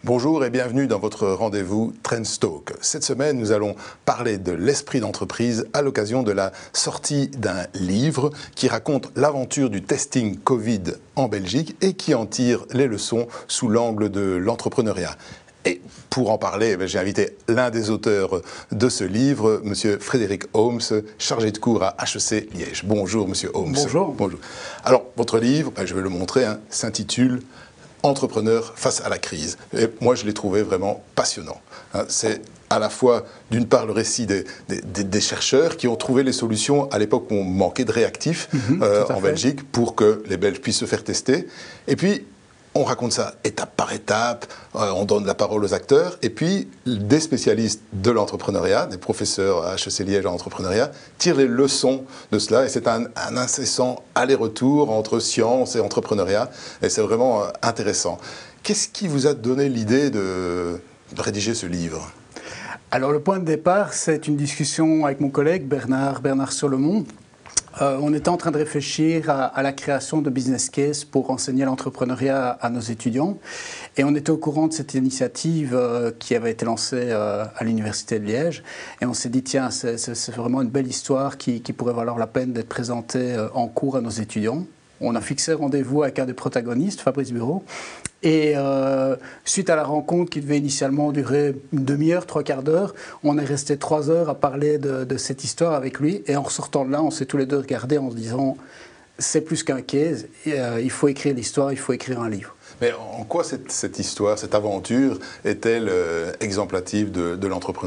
Bonjour et bienvenue dans votre rendez-vous Trendstalk. Cette semaine, nous allons parler de l'esprit d'entreprise à l'occasion de la sortie d'un livre qui raconte l'aventure du testing Covid en Belgique et qui en tire les leçons sous l'angle de l'entrepreneuriat. Et pour en parler, j'ai invité l'un des auteurs de ce livre, M. Frédéric Holmes, chargé de cours à HEC Liège. Bonjour, M. Holmes. Bonjour. Bonjour. Alors, votre livre, je vais le montrer, s'intitule « Entrepreneur face à la crise ». Et moi, je l'ai trouvé vraiment passionnant. C'est à la fois, d'une part, le récit des chercheurs qui ont trouvé les solutions à l'époque où on manquait de réactifs en Belgique pour que les Belges puissent se faire tester. Et puis, on raconte ça étape par étape, on donne la parole aux acteurs, et puis des spécialistes de l'entrepreneuriat, des professeurs à HEC Liège en entrepreneuriat, tirent les leçons de cela, et c'est un incessant aller-retour entre science et entrepreneuriat, et c'est vraiment intéressant. Qu'est-ce qui vous a donné l'idée de rédiger ce livre ? Alors le point de départ, c'est une discussion avec mon collègue Bernard Solomon. On était en train de réfléchir à la création de business case pour enseigner l'entrepreneuriat à nos étudiants. Et on était au courant de cette initiative qui avait été lancée à l'Université de Liège. Et on s'est dit, tiens, c'est vraiment une belle histoire qui pourrait valoir la peine d'être présentée en cours à nos étudiants. On a fixé rendez-vous avec un des protagonistes, Fabrice Bureau. Et suite à la rencontre qui devait initialement durer une demi-heure, trois quarts d'heure, on est resté 3 heures à parler de cette histoire avec lui. Et en ressortant de là, on s'est tous les deux regardés en se disant c'est plus qu'un case, il faut écrire l'histoire, il faut écrire un livre. Mais en quoi cette histoire, cette aventure est-elle exemplative de l'entrepreneuriat ?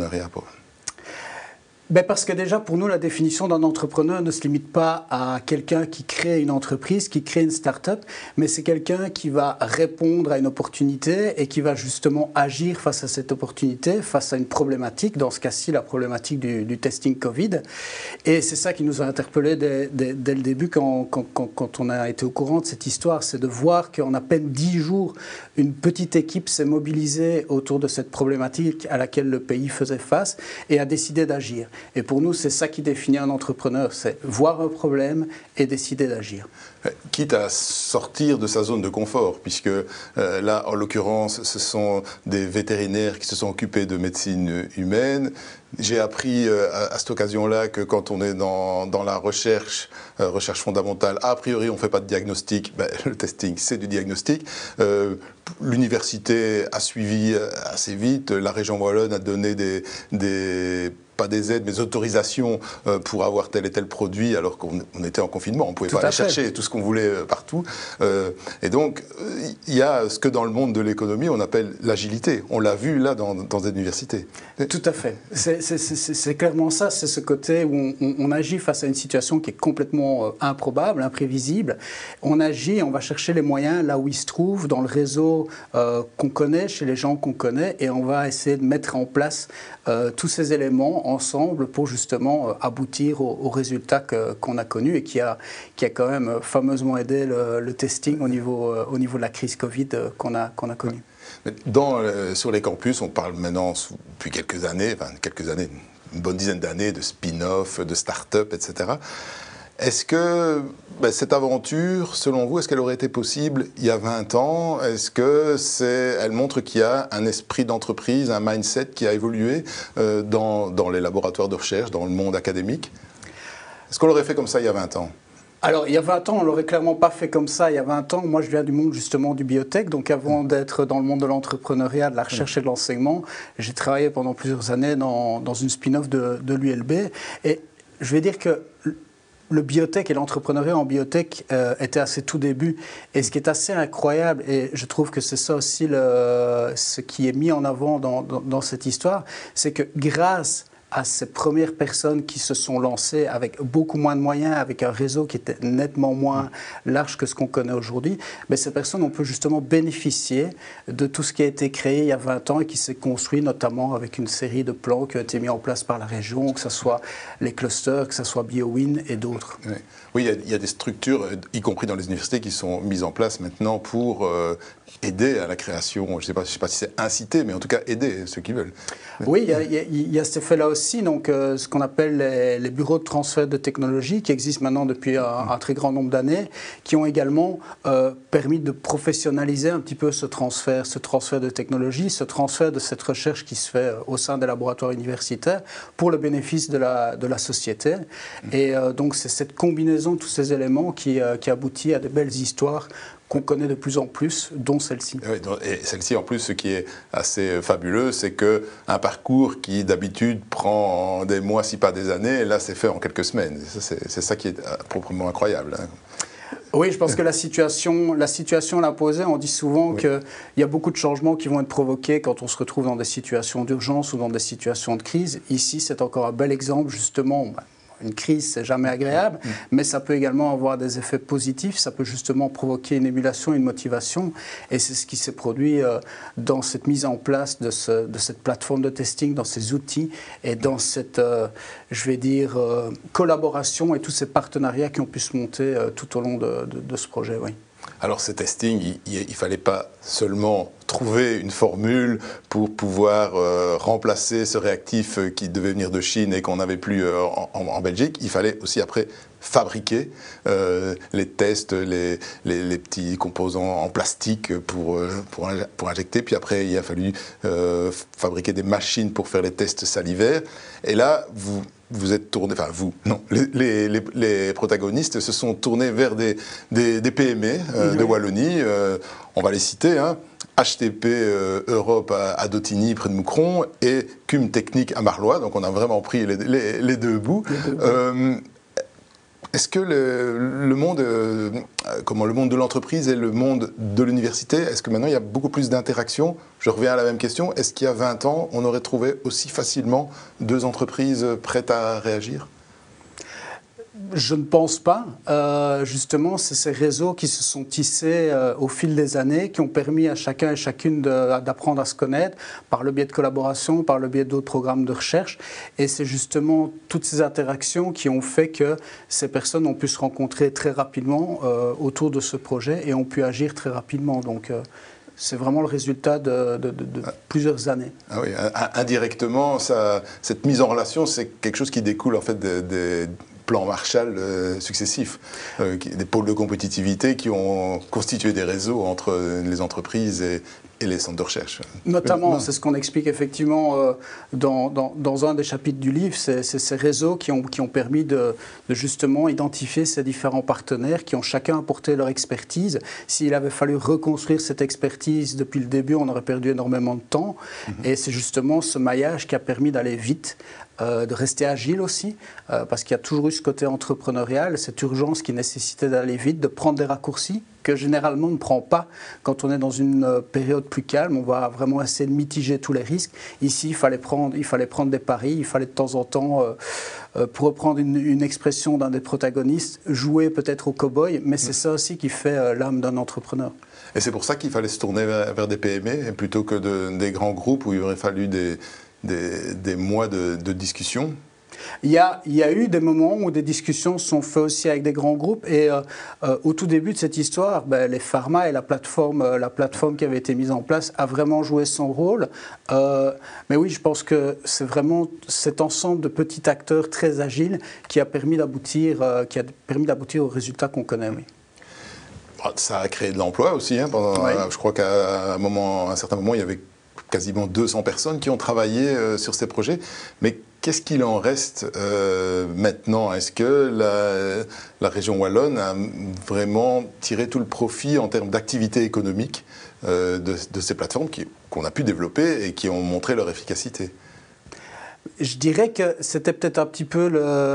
Parce que déjà, pour nous, la définition d'un entrepreneur ne se limite pas à quelqu'un qui crée une entreprise, qui crée une start-up, mais c'est quelqu'un qui va répondre à une opportunité et qui va justement agir face à cette opportunité, face à une problématique, dans ce cas-ci, la problématique du testing Covid. Et c'est ça qui nous a interpellés dès le début, quand on a été au courant de cette histoire, c'est de voir qu'en à peine 10 jours, une petite équipe s'est mobilisée autour de cette problématique à laquelle le pays faisait face et a décidé d'agir. Et pour nous, c'est ça qui définit un entrepreneur, c'est voir un problème et décider d'agir. Quitte à sortir de sa zone de confort, puisque là, en l'occurrence, ce sont des vétérinaires qui se sont occupés de médecine humaine. J'ai appris à cette occasion-là que quand on est dans la recherche fondamentale, a priori on ne fait pas de diagnostic, le testing c'est du diagnostic. L'université a suivi assez vite, la région wallonne a donné pas des aides, mais autorisations pour avoir tel et tel produit, alors qu'on était en confinement, on ne pouvait pas aller chercher tout ce qu'on voulait partout. Et donc, il y a ce que dans le monde de l'économie, on appelle l'agilité. On l'a vu là dans cette université. Tout à fait. C'est clairement ça, c'est ce côté où on agit face à une situation qui est complètement improbable, imprévisible. On agit, on va chercher les moyens là où ils se trouvent, dans le réseau qu'on connaît, chez les gens qu'on connaît, et on va essayer de mettre en place tous ces éléments ensemble pour justement aboutir au résultat qu'on a connu et qui a quand même fameusement aidé le testing au niveau de la crise Covid qu'on a connue. Sur les campus, on parle maintenant depuis quelques années, une bonne dizaine d'années de spin-off, de start-up, etc. Est-ce que cette aventure, selon vous, est-ce qu'elle aurait été possible il y a 20 ans ? Est-ce qu'elle montre qu'il y a un esprit d'entreprise, un mindset qui a évolué dans les laboratoires de recherche, dans le monde académique ? Est-ce qu'on l'aurait fait comme ça il y a 20 ans ? Alors, il y a 20 ans, on ne l'aurait clairement pas fait comme ça. Il y a 20 ans, moi, je viens du monde justement du biotech. Donc, avant d'être dans le monde de l'entrepreneuriat, de la recherche et de l'enseignement, j'ai travaillé pendant plusieurs années dans une spin-off de l'ULB. Et je vais dire que le biotech et l'entrepreneuriat en biotech étaient à ses tout débuts. Et ce qui est assez incroyable, et je trouve que c'est ça aussi ce qui est mis en avant dans cette histoire, c'est que grâce à ces premières personnes qui se sont lancées avec beaucoup moins de moyens, avec un réseau qui était nettement moins large que ce qu'on connaît aujourd'hui, mais ces personnes, on peut justement bénéficier de tout ce qui a été créé il y a 20 ans et qui s'est construit notamment avec une série de plans qui ont été mis en place par la région, que ce soit les clusters, que ce soit BioWin et d'autres. Oui, il y a des structures, y compris dans les universités, qui sont mises en place maintenant pour aider à la création, je ne sais pas si c'est inciter, mais en tout cas aider ceux qui veulent. Oui, il y a cet effet-là aussi, donc ce qu'on appelle les bureaux de transfert de technologie qui existent maintenant depuis un très grand nombre d'années, qui ont également permis de professionnaliser un petit peu ce transfert de technologie, ce transfert de cette recherche qui se fait au sein des laboratoires universitaires pour le bénéfice de la société. Et donc c'est cette combinaison de tous ces éléments qui aboutit à de belles histoires qu'on connaît de plus en plus, dont celle-ci. Oui, et celle-ci, en plus, ce qui est assez fabuleux, c'est qu'un parcours qui, d'habitude, prend des mois, si pas des années, là, c'est fait en quelques semaines. C'est ça qui est proprement incroyable. Hein. Oui, je pense que la situation l'a posée. On dit souvent qu'il y a beaucoup de changements qui vont être provoqués quand on se retrouve dans des situations d'urgence ou dans des situations de crise. Ici, c'est encore un bel exemple, justement. Une crise, c'est jamais agréable, mais ça peut également avoir des effets positifs. Ça peut justement provoquer une émulation, une motivation. Et c'est ce qui s'est produit dans cette mise en place de cette plateforme de testing, dans ces outils et dans cette, je vais dire, collaboration et tous ces partenariats qui ont pu se monter tout au long de ce projet. Oui. Alors, ce testing, il ne fallait pas seulement trouver une formule pour pouvoir remplacer ce réactif qui devait venir de Chine et qu'on n'avait plus en Belgique. Il fallait aussi après fabriquer les tests, les petits composants en plastique pour injecter. Puis après, il a fallu fabriquer des machines pour faire les tests salivaires. Et là, vous êtes tourné, enfin vous, non, les protagonistes se sont tournés vers des PME de Wallonie, on va les citer, hein, HTP Europe à Dottigny près de Moucron et CUM Technique à Marlois, donc on a vraiment pris les deux bouts. Est-ce que le monde de l'entreprise et le monde de l'université, est-ce que maintenant il y a beaucoup plus d'interactions? Je reviens à la même question, est-ce qu'il y a 20 ans, on aurait trouvé aussi facilement deux entreprises prêtes à réagir? Je ne pense pas. Justement, c'est ces réseaux qui se sont tissés au fil des années, qui ont permis à chacun et chacune d'apprendre à se connaître par le biais de collaboration, par le biais d'autres programmes de recherche. Et c'est justement toutes ces interactions qui ont fait que ces personnes ont pu se rencontrer très rapidement autour de ce projet et ont pu agir très rapidement. Donc, c'est vraiment le résultat de plusieurs années. Ah oui, indirectement, cette mise en relation, c'est quelque chose qui découle en fait des plans Marshall successifs, des pôles de compétitivité qui ont constitué des réseaux entre les entreprises et les centres de recherche. Notamment, c'est ce qu'on explique effectivement dans un des chapitres du livre, c'est ces réseaux qui ont permis de justement identifier ces différents partenaires qui ont chacun apporté leur expertise. S'il avait fallu reconstruire cette expertise depuis le début, on aurait perdu énormément de temps. Et c'est justement ce maillage qui a permis d'aller vite, de rester agile aussi, parce qu'il y a toujours eu ce côté entrepreneurial, cette urgence qui nécessitait d'aller vite, de prendre des raccourcis que généralement on ne prend pas quand on est dans une période plus calme. On va vraiment essayer de mitiger tous les risques. Ici, il fallait prendre des paris, il fallait de temps en temps, pour reprendre une expression d'un des protagonistes, jouer peut-être au cow-boy, mais c'est ça aussi qui fait l'âme d'un entrepreneur. Et c'est pour ça qu'il fallait se tourner vers des PME plutôt que des grands groupes où il aurait fallu des mois de discussion. Il y a eu des moments où des discussions sont faites aussi avec des grands groupes et au tout début de cette histoire, les pharma et la plateforme qui avait été mise en place a vraiment joué son rôle. Mais oui, je pense que c'est vraiment cet ensemble de petits acteurs très agiles qui a permis d'aboutir au résultat qu'on connaît. Oui. Ça a créé de l'emploi aussi. Hein, je crois qu'à un certain moment, il y avait quasiment 200 personnes qui ont travaillé sur ces projets. Mais qu'est-ce qu'il en reste maintenant? Est-ce que la région wallonne a vraiment tiré tout le profit en termes d'activité économique de ces plateformes qu'on a pu développer et qui ont montré leur efficacité? Je dirais que c'était peut-être un petit peu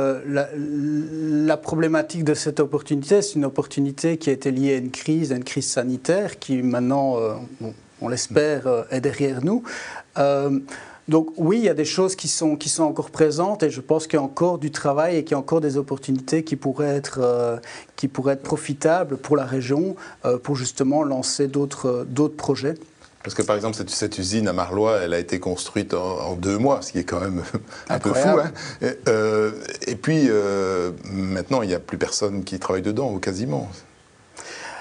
la problématique de cette opportunité. C'est une opportunité qui a été liée à une crise sanitaire qui maintenant, on l'espère, est derrière nous. Donc oui, il y a des choses qui sont encore présentes et je pense qu'il y a encore du travail et qu'il y a encore des opportunités qui pourraient être profitables pour la région pour justement lancer d'autres projets. Parce que par exemple, cette usine à Marlois, elle a été construite en 2 mois, ce qui est quand même un peu fou. Hein. Et puis, maintenant, il n'y a plus personne qui travaille dedans, ou quasiment.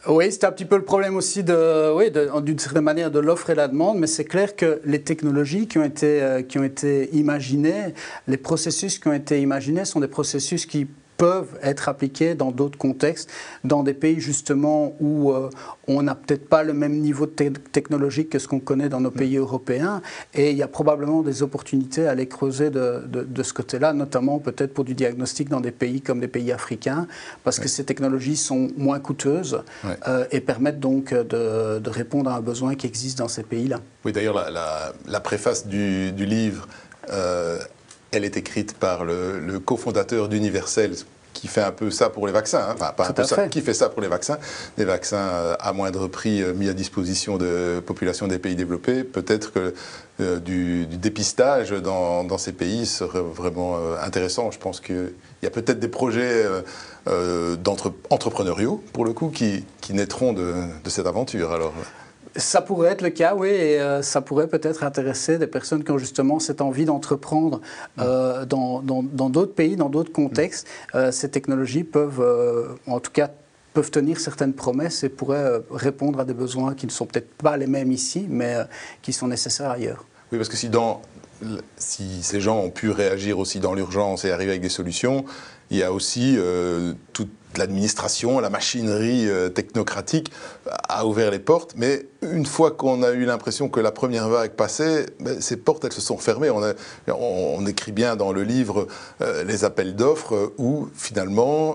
Oui, c'était un petit peu le problème aussi d'une certaine manière de l'offre et la demande, mais c'est clair que les technologies qui ont été imaginées, les processus qui ont été imaginés sont des processus qui peuvent être appliqués dans d'autres contextes, dans des pays justement où on n'a peut-être pas le même niveau technologique que ce qu'on connaît dans nos pays européens, et il y a probablement des opportunités à aller creuser de ce côté-là, notamment peut-être pour du diagnostic dans des pays comme des pays africains, parce que ces technologies sont moins coûteuses et permettent donc de répondre à un besoin qui existe dans ces pays-là. Oui, d'ailleurs, la préface du livre, elle est écrite par le cofondateur d'Universell, qui fait un peu ça pour les vaccins, hein. Enfin pas un peu ça, qui fait ça pour les vaccins, des vaccins à moindre prix mis à disposition de populations des pays développés. Peut-être que du dépistage dans ces pays serait vraiment intéressant. Je pense qu'il y a peut-être des projets entrepreneuriaux, pour le coup, qui naîtront de cette aventure. Alors. Ça pourrait être le cas, oui, et ça pourrait peut-être intéresser des personnes qui ont justement cette envie d'entreprendre dans d'autres pays, dans d'autres contextes. Ces technologies peuvent, en tout cas, peuvent tenir certaines promesses et pourraient répondre à des besoins qui ne sont peut-être pas les mêmes ici, mais qui sont nécessaires ailleurs. Oui, parce que si ces gens ont pu réagir aussi dans l'urgence et arriver avec des solutions, il y a aussi toute l'administration, la machinerie technocratique a ouvert les portes, mais une fois qu'on a eu l'impression que la première vague passait, ces portes, elles se sont fermées. On écrit bien dans le livre les appels d'offres où finalement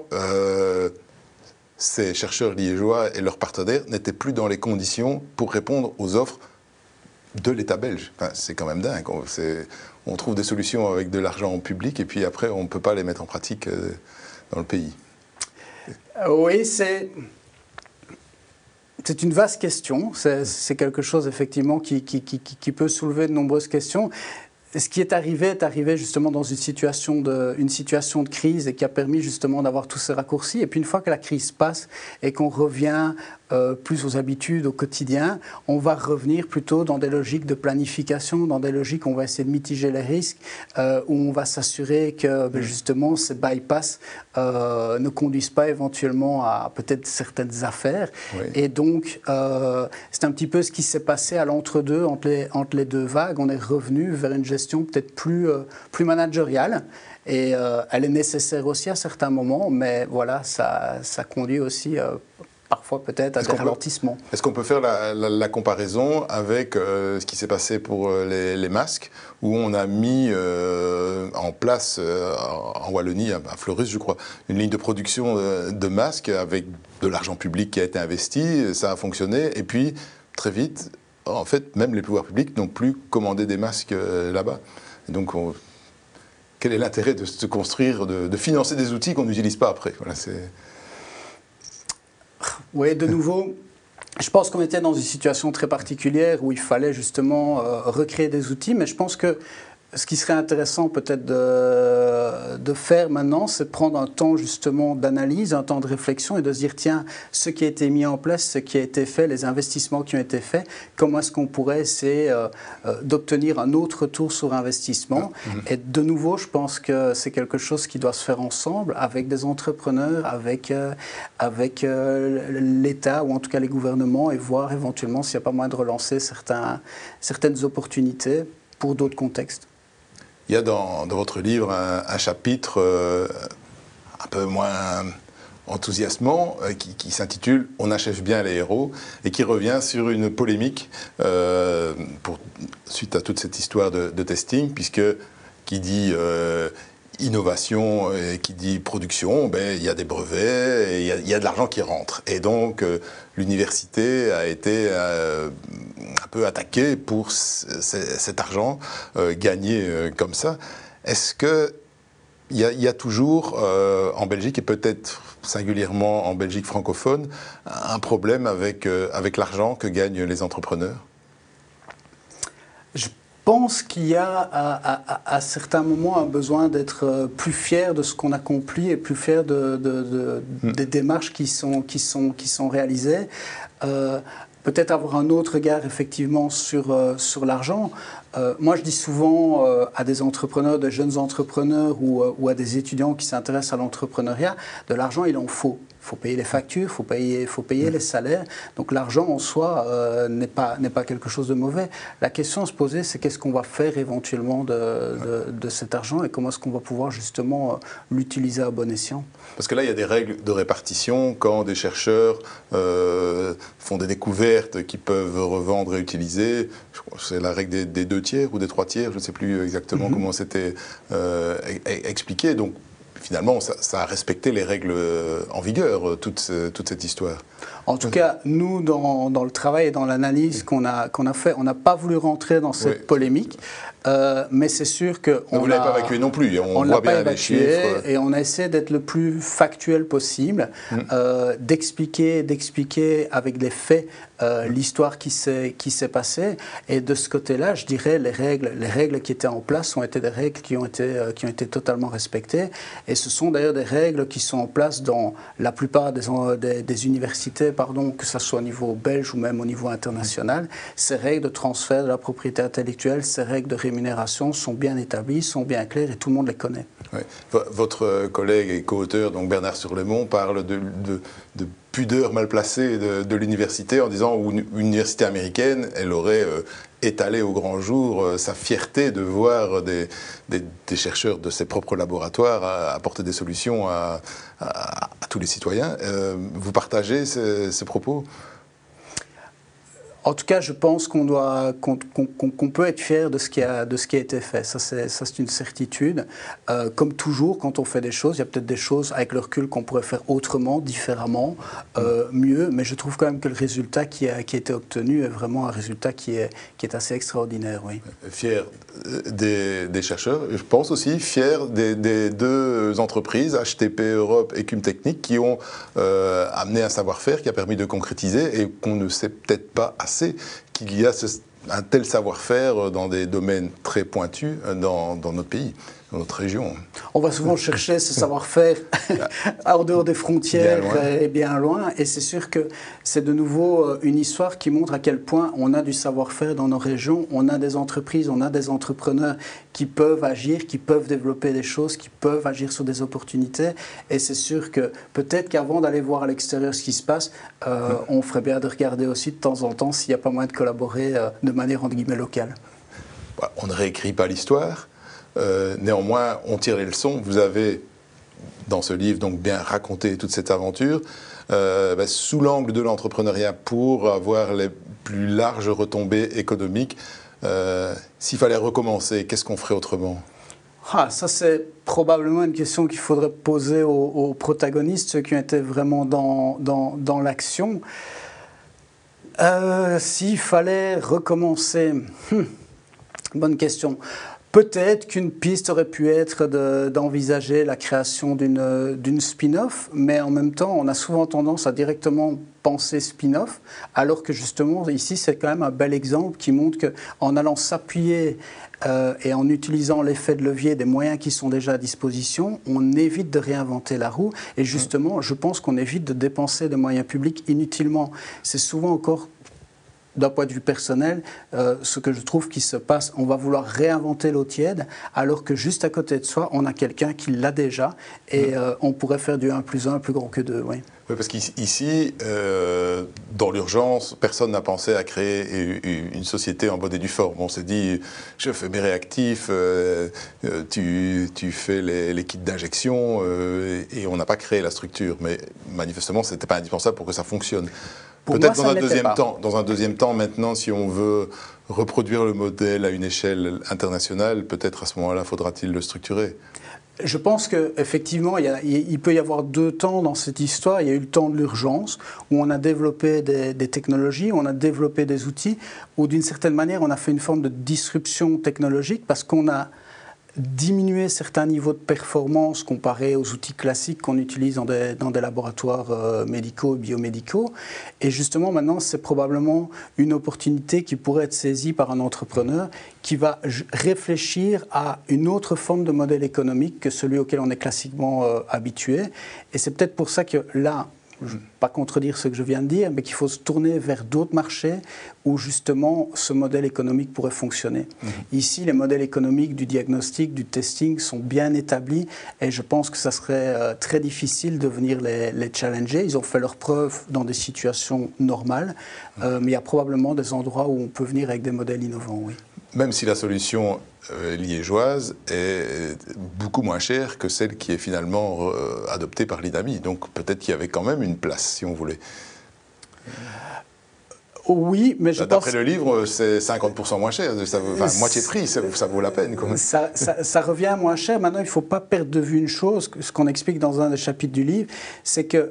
ces chercheurs liégeois et leurs partenaires n'étaient plus dans les conditions pour répondre aux offres de l'État belge. Enfin, c'est quand même dingue. On trouve des solutions avec de l'argent public et puis après on ne peut pas les mettre en pratique dans le pays. Oui, c'est une vaste question. C'est quelque chose effectivement qui peut soulever de nombreuses questions. Ce qui est arrivé justement dans une situation de crise et qui a permis justement d'avoir tous ces raccourcis. Et puis une fois que la crise passe et qu'on revient plus aux habitudes, au quotidien, on va revenir plutôt dans des logiques de planification, dans des logiques où on va essayer de mitiger les risques, où on va s'assurer que justement ces bypass ne conduisent pas éventuellement à peut-être certaines affaires. Oui. Et donc c'est un petit peu ce qui s'est passé à l'entre-deux, entre les deux vagues. On est revenu vers une gestion peut-être plus managériale. Et elle est nécessaire aussi à certains moments, mais voilà, ça conduit aussi parfois peut-être à des ralentissements. Est-ce qu'on peut faire la comparaison avec ce qui s'est passé pour les masques, où on a mis en place en Wallonie, à Fleurus je crois, une ligne de production de masques avec de l'argent public qui a été investi, ça a fonctionné, et puis très vite, en fait, même les pouvoirs publics n'ont plus commandé des masques là-bas. Et donc, quel est l'intérêt de se construire, de financer des outils qu'on n'utilise pas après? Voilà, oui, de nouveau, je pense qu'on était dans une situation très particulière où il fallait justement recréer des outils, mais je pense que ce qui serait intéressant peut-être de faire maintenant, c'est de prendre un temps justement d'analyse, un temps de réflexion et de se dire, tiens, ce qui a été mis en place, ce qui a été fait, les investissements qui ont été faits, comment est-ce qu'on pourrait essayer d'obtenir un autre retour sur investissement. Et de nouveau, je pense que c'est quelque chose qui doit se faire ensemble avec des entrepreneurs, avec l'État ou en tout cas les gouvernements et voir éventuellement s'il n'y a pas moyen de relancer certaines opportunités pour d'autres contextes. Il y a dans votre livre un chapitre un peu moins enthousiasmant qui s'intitule « On achève bien les héros » et qui revient sur une polémique suite à toute cette histoire de testing, puisque qui dit innovation et qui dit production, il y a des brevets et il y a de l'argent qui rentre. Et donc l'université a été un peu attaquée pour cet argent gagné comme ça. Est-ce qu'il y a toujours en Belgique, et peut-être singulièrement en Belgique francophone, un problème avec l'argent que gagnent les entrepreneurs? Je pense qu'il y a à certains moments un besoin d'être plus fier de ce qu'on accomplit et plus fier des démarches qui sont réalisées. Peut-être avoir un autre regard effectivement sur l'argent. Moi, je dis souvent à des entrepreneurs, de jeunes entrepreneurs ou à des étudiants qui s'intéressent à l'entrepreneuriat, de l'argent, il en faut. Il faut payer les factures, il faut payer les salaires. Donc l'argent en soi n'est pas quelque chose de mauvais. La question à se poser, c'est qu'est-ce qu'on va faire éventuellement de cet argent et comment est-ce qu'on va pouvoir justement l'utiliser à bon escient. Parce que là, il y a des règles de répartition quand des chercheurs font des découvertes qu'ils peuvent revendre et utiliser. C'est la règle des 2 tiers ou des 3 tiers, je ne sais plus exactement comment c'était expliqué. Donc, finalement, ça a respecté les règles en vigueur, toute cette histoire. En tout cas, nous, dans le travail et dans l'analyse qu'on a fait, on n'a pas voulu rentrer dans cette polémique, mais c'est sûr que... Vous ne l'avez pas évacué non plus, on voit bien les chiffres. Et on a essayé d'être le plus factuel possible, d'expliquer avec des faits l'histoire qui s'est passée. Et de ce côté-là, je dirais, les règles qui étaient en place ont été des règles qui ont été totalement respectées. Et ce sont d'ailleurs des règles qui sont en place dans la plupart des universités, que ce soit au niveau belge ou même au niveau international. Ces règles de transfert de la propriété intellectuelle, ces règles de rémunération sont bien établies, sont bien claires et tout le monde les connaît. Oui. Votre collègue et co-auteur, donc Bernard Surlemont, parle de pudeur mal placée de l'université en disant qu'une université américaine, elle aurait étalé au grand jour sa fierté de voir des chercheurs de ses propres laboratoires apporter des solutions à tous les citoyens. Vous partagez ces propos ? En tout cas, je pense qu'on peut être fier de ce qui a été fait. Ça, c'est une certitude. Comme toujours, quand on fait des choses, il y a peut-être des choses avec le recul qu'on pourrait faire autrement, différemment, mieux. Mais je trouve quand même que le résultat qui a été obtenu est vraiment un résultat qui est assez extraordinaire. Oui. Fier des chercheurs. Je pense aussi fier des 2 entreprises, HTP Europe et Cum Technique, qui ont amené un savoir-faire qui a permis de concrétiser et qu'on ne sait peut-être pas assez qu'il y a un tel savoir-faire dans des domaines très pointus dans notre pays, dans notre région. On va souvent chercher ce savoir-faire hors dehors des frontières et bien loin. Et c'est sûr que c'est de nouveau une histoire qui montre à quel point on a du savoir-faire dans nos régions. On a des entreprises, on a des entrepreneurs qui peuvent agir, qui peuvent développer des choses, qui peuvent agir sur des opportunités. Et c'est sûr que peut-être qu'avant d'aller voir à l'extérieur ce qui se passe, on ferait bien de regarder aussi de temps en temps s'il n'y a pas moyen de collaborer de manière entre guillemets locale. On ne réécrit pas l'histoire. Néanmoins, on tire les leçons. Vous avez, dans ce livre, donc bien raconté toute cette aventure, sous l'angle de l'entrepreneuriat pour avoir les plus larges retombées économiques. S'il fallait recommencer, qu'est-ce qu'on ferait autrement ? Ça, c'est probablement une question qu'il faudrait poser aux protagonistes, ceux qui ont été vraiment dans l'action. S'il fallait recommencer, bonne question. Peut-être qu'une piste aurait pu être d'envisager la création d'une spin-off, mais en même temps, on a souvent tendance à directement penser spin-off, alors que justement, ici, c'est quand même un bel exemple qui montre qu'en allant s'appuyer et en utilisant l'effet de levier des moyens qui sont déjà à disposition, on évite de réinventer la roue. Et justement, je pense qu'on évite de dépenser des moyens publics inutilement. C'est souvent encore... d'un point de vue personnel, ce que je trouve qui se passe, on va vouloir réinventer l'eau tiède, alors que juste à côté de soi, on a quelqu'un qui l'a déjà, et on pourrait faire du 1 + 1 plus grand que 2. Oui. Oui, parce qu'ici, dans l'urgence, personne n'a pensé à créer une société en bonne et due forme. On s'est dit, je fais mes réactifs, tu fais les kits d'injection, et on n'a pas créé la structure. Mais manifestement, ce n'était pas indispensable pour que ça fonctionne. Peut-être dans un deuxième temps, maintenant, si on veut reproduire le modèle à une échelle internationale, peut-être à ce moment-là, faudra-t-il le structurer. Je pense qu'effectivement, il peut y avoir 2 temps dans cette histoire. Il y a eu le temps de l'urgence, où on a développé des technologies, on a développé des outils, où d'une certaine manière, on a fait une forme de disruption technologique, parce qu'on a diminuer certains niveaux de performance comparés aux outils classiques qu'on utilise dans des laboratoires médicaux et biomédicaux. Et justement, maintenant, c'est probablement une opportunité qui pourrait être saisie par un entrepreneur qui va réfléchir à une autre forme de modèle économique que celui auquel on est classiquement habitué. Et c'est peut-être pour ça que là, je ne vais pas contredire ce que je viens de dire, mais qu'il faut se tourner vers d'autres marchés où justement ce modèle économique pourrait fonctionner. Ici, les modèles économiques du diagnostic, du testing sont bien établis et je pense que ça serait très difficile de venir les challenger. Ils ont fait leurs preuves dans des situations normales, mais il y a probablement des endroits où on peut venir avec des modèles innovants, oui. Même si la solution liégeoise est beaucoup moins chère que celle qui est finalement adoptée par l'INAMI. Donc peut-être qu'il y avait quand même une place, si on voulait. Oui, mais je pense... D'après le livre, c'est 50% moins cher, moitié prix, ça vaut la peine. Quand même. Ça revient moins cher. Maintenant, il ne faut pas perdre de vue une chose, ce qu'on explique dans un des chapitres du livre, c'est que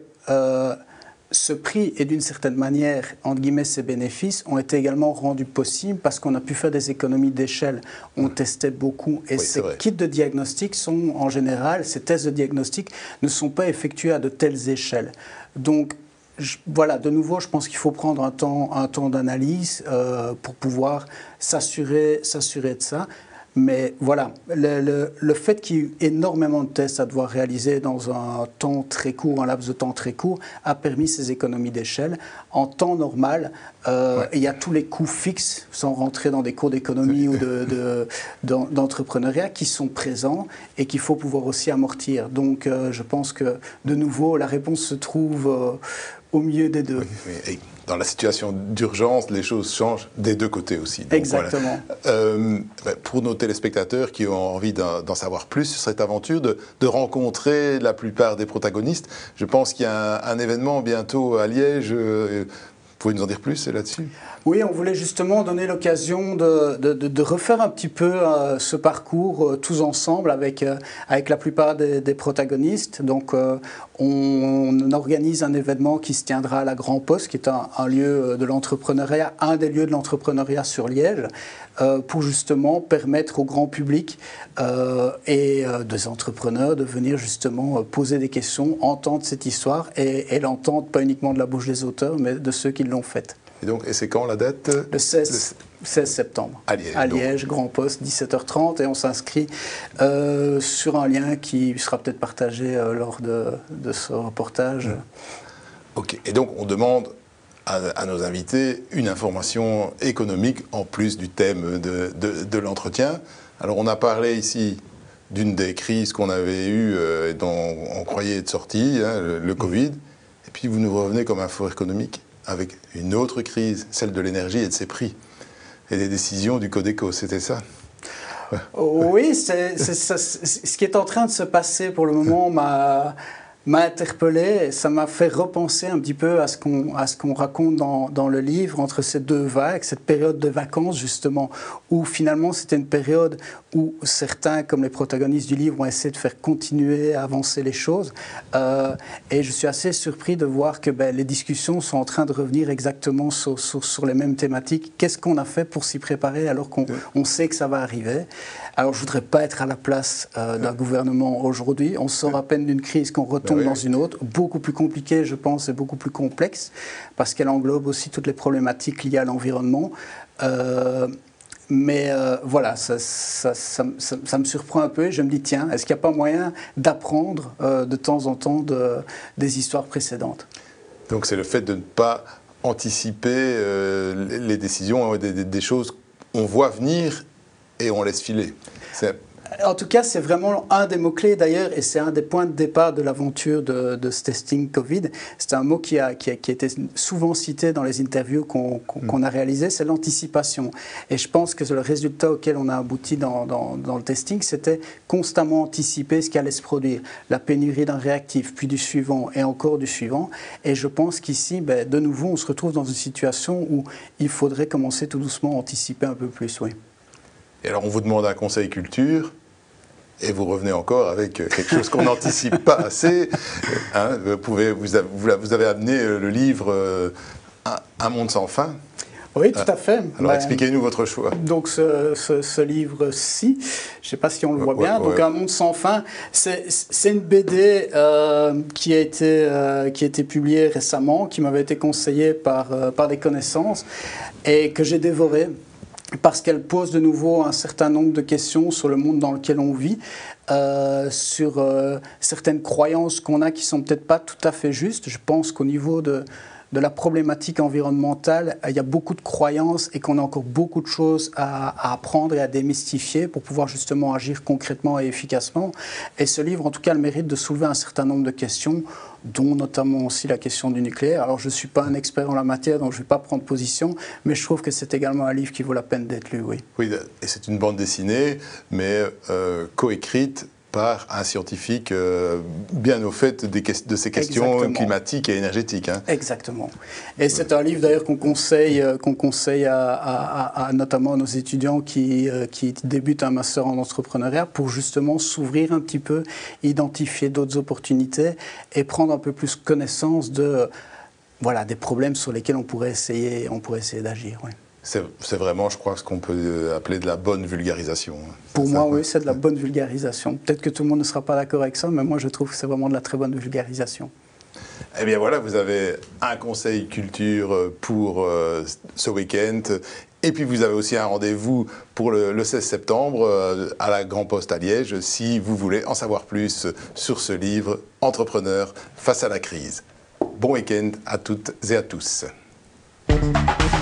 ce prix et d'une certaine manière, entre guillemets, ces bénéfices ont été également rendus possibles parce qu'on a pu faire des économies d'échelle. On testait beaucoup et ces kits de diagnostic sont en général, ces tests de diagnostic ne sont pas effectués à de telles échelles. Donc, voilà, de nouveau, je pense qu'il faut prendre un temps d'analyse pour pouvoir s'assurer de ça. Mais voilà, le fait qu'il y ait énormément de tests à devoir réaliser dans un temps très court, un laps de temps très court, a permis ces économies d'échelle. En temps normal, il y a tous les coûts fixes, sans rentrer dans des cours d'économie ou d'entrepreneuriat, qui sont présents et qu'il faut pouvoir aussi amortir. Donc je pense que, de nouveau, la réponse se trouve au milieu des deux. Et dans la situation d'urgence, les choses changent des deux côtés aussi. Donc, exactement. Voilà. Pour nos téléspectateurs qui ont envie d'en savoir plus sur cette aventure, de rencontrer la plupart des protagonistes, je pense qu'il y a un événement bientôt à Liège. Vous pouvez nous en dire plus là-dessus ? Oui, on voulait justement donner l'occasion de refaire un petit peu ce parcours tous ensemble avec la plupart des protagonistes. Donc, on organise un événement qui se tiendra à la Grand Poste, qui est un lieu de l'entrepreneuriat, un des lieux de l'entrepreneuriat sur Liège, pour justement permettre au grand public et des entrepreneurs de venir justement poser des questions, entendre cette histoire et l'entendre pas uniquement de la bouche des auteurs, mais de ceux qui l'ont faite. Et c'est quand la date ? Le 16 septembre. À Liège. À Liège, Grand Poste, 17h30. Et on s'inscrit sur un lien qui sera peut-être partagé lors de ce reportage. Ok. Et donc, on demande à nos invités une information économique en plus du thème de l'entretien. Alors, on a parlé ici d'une des crises qu'on avait eues et dont on croyait être sortie, hein, le Covid. Et puis, vous nous revenez comme un fort économique avec une autre crise, celle de l'énergie et de ses prix, et des décisions du Codeco, c'était ça ? Oui, ce qui est en train de se passer pour le moment m'a interpellé, et ça m'a fait repenser un petit peu à ce qu'on raconte dans le livre, entre ces deux vagues, cette période de vacances justement, où finalement c'était une période où certains, comme les protagonistes du livre, ont essayé de faire continuer à avancer les choses. Et je suis assez surpris de voir que les discussions sont en train de revenir exactement sur les mêmes thématiques. Qu'est-ce qu'on a fait pour s'y préparer alors qu'on sait que ça va arriver ? Alors je ne voudrais pas être à la place d'un gouvernement aujourd'hui. On sort à peine d'une crise qu'on retombe dans une autre, beaucoup plus compliquée je pense et beaucoup plus complexe, parce qu'elle englobe aussi toutes les problématiques liées à l'environnement. Mais voilà, ça me surprend un peu et je me dis, tiens, est-ce qu'il n'y a pas moyen d'apprendre de temps en temps des histoires précédentes ? Donc c'est le fait de ne pas anticiper les décisions, des choses qu'on voit venir et on laisse filer. En tout cas, c'est vraiment un des mots-clés d'ailleurs, et c'est un des points de départ de l'aventure de ce testing Covid. C'est un mot qui a été souvent cité dans les interviews qu'on a réalisées, c'est l'anticipation. Et je pense que le résultat auquel on a abouti dans le testing, c'était constamment anticiper ce qui allait se produire. La pénurie d'un réactif, puis du suivant, et encore du suivant. Et je pense qu'ici, de nouveau, on se retrouve dans une situation où il faudrait commencer tout doucement à anticiper un peu plus, oui. Et alors, on vous demande un conseil culture, et vous revenez encore avec quelque chose qu'on n'anticipe pas assez. Hein, vous avez amené le livre Un monde sans fin. Oui, tout à fait. Alors, expliquez-nous votre choix. Donc, ce livre-ci, je ne sais pas si on le voit bien, donc Un monde sans fin, c'est une BD qui a été publiée récemment, qui m'avait été conseillée par des connaissances, et que j'ai dévorée. parce qu'elle pose de nouveau un certain nombre de questions sur le monde dans lequel on vit, sur certaines croyances qu'on a qui sont peut-être pas tout à fait justes. Je pense qu'au niveau de la problématique environnementale, il y a beaucoup de croyances et qu'on a encore beaucoup de choses à apprendre et à démystifier pour pouvoir justement agir concrètement et efficacement. Et ce livre, en tout cas, a le mérite de soulever un certain nombre de questions, dont notamment aussi la question du nucléaire. Alors, je ne suis pas un expert en la matière, donc je ne vais pas prendre position, mais je trouve que c'est également un livre qui vaut la peine d'être lu, oui. Oui, et c'est une bande dessinée, mais coécrite par un scientifique bien au fait de ces questions Exactement. climatiques et énergétiques. Hein. Exactement. Et c'est un livre d'ailleurs qu'on conseille notamment à nos étudiants qui débutent un master en entrepreneuriat pour justement s'ouvrir un petit peu, identifier d'autres opportunités et prendre un peu plus connaissance de, voilà, des problèmes sur lesquels on pourrait essayer d'agir. Oui. C'est vraiment, je crois, ce qu'on peut appeler de la bonne vulgarisation. Pour moi, oui, c'est de la bonne vulgarisation. Peut-être que tout le monde ne sera pas d'accord avec ça, mais moi, je trouve que c'est vraiment de la très bonne vulgarisation. Eh bien voilà, vous avez un conseil culture pour ce week-end. Et puis vous avez aussi un rendez-vous pour le 16 septembre à la Grand Poste à Liège, si vous voulez en savoir plus sur ce livre « Entrepreneurs face à la crise ». Bon week-end à toutes et à tous.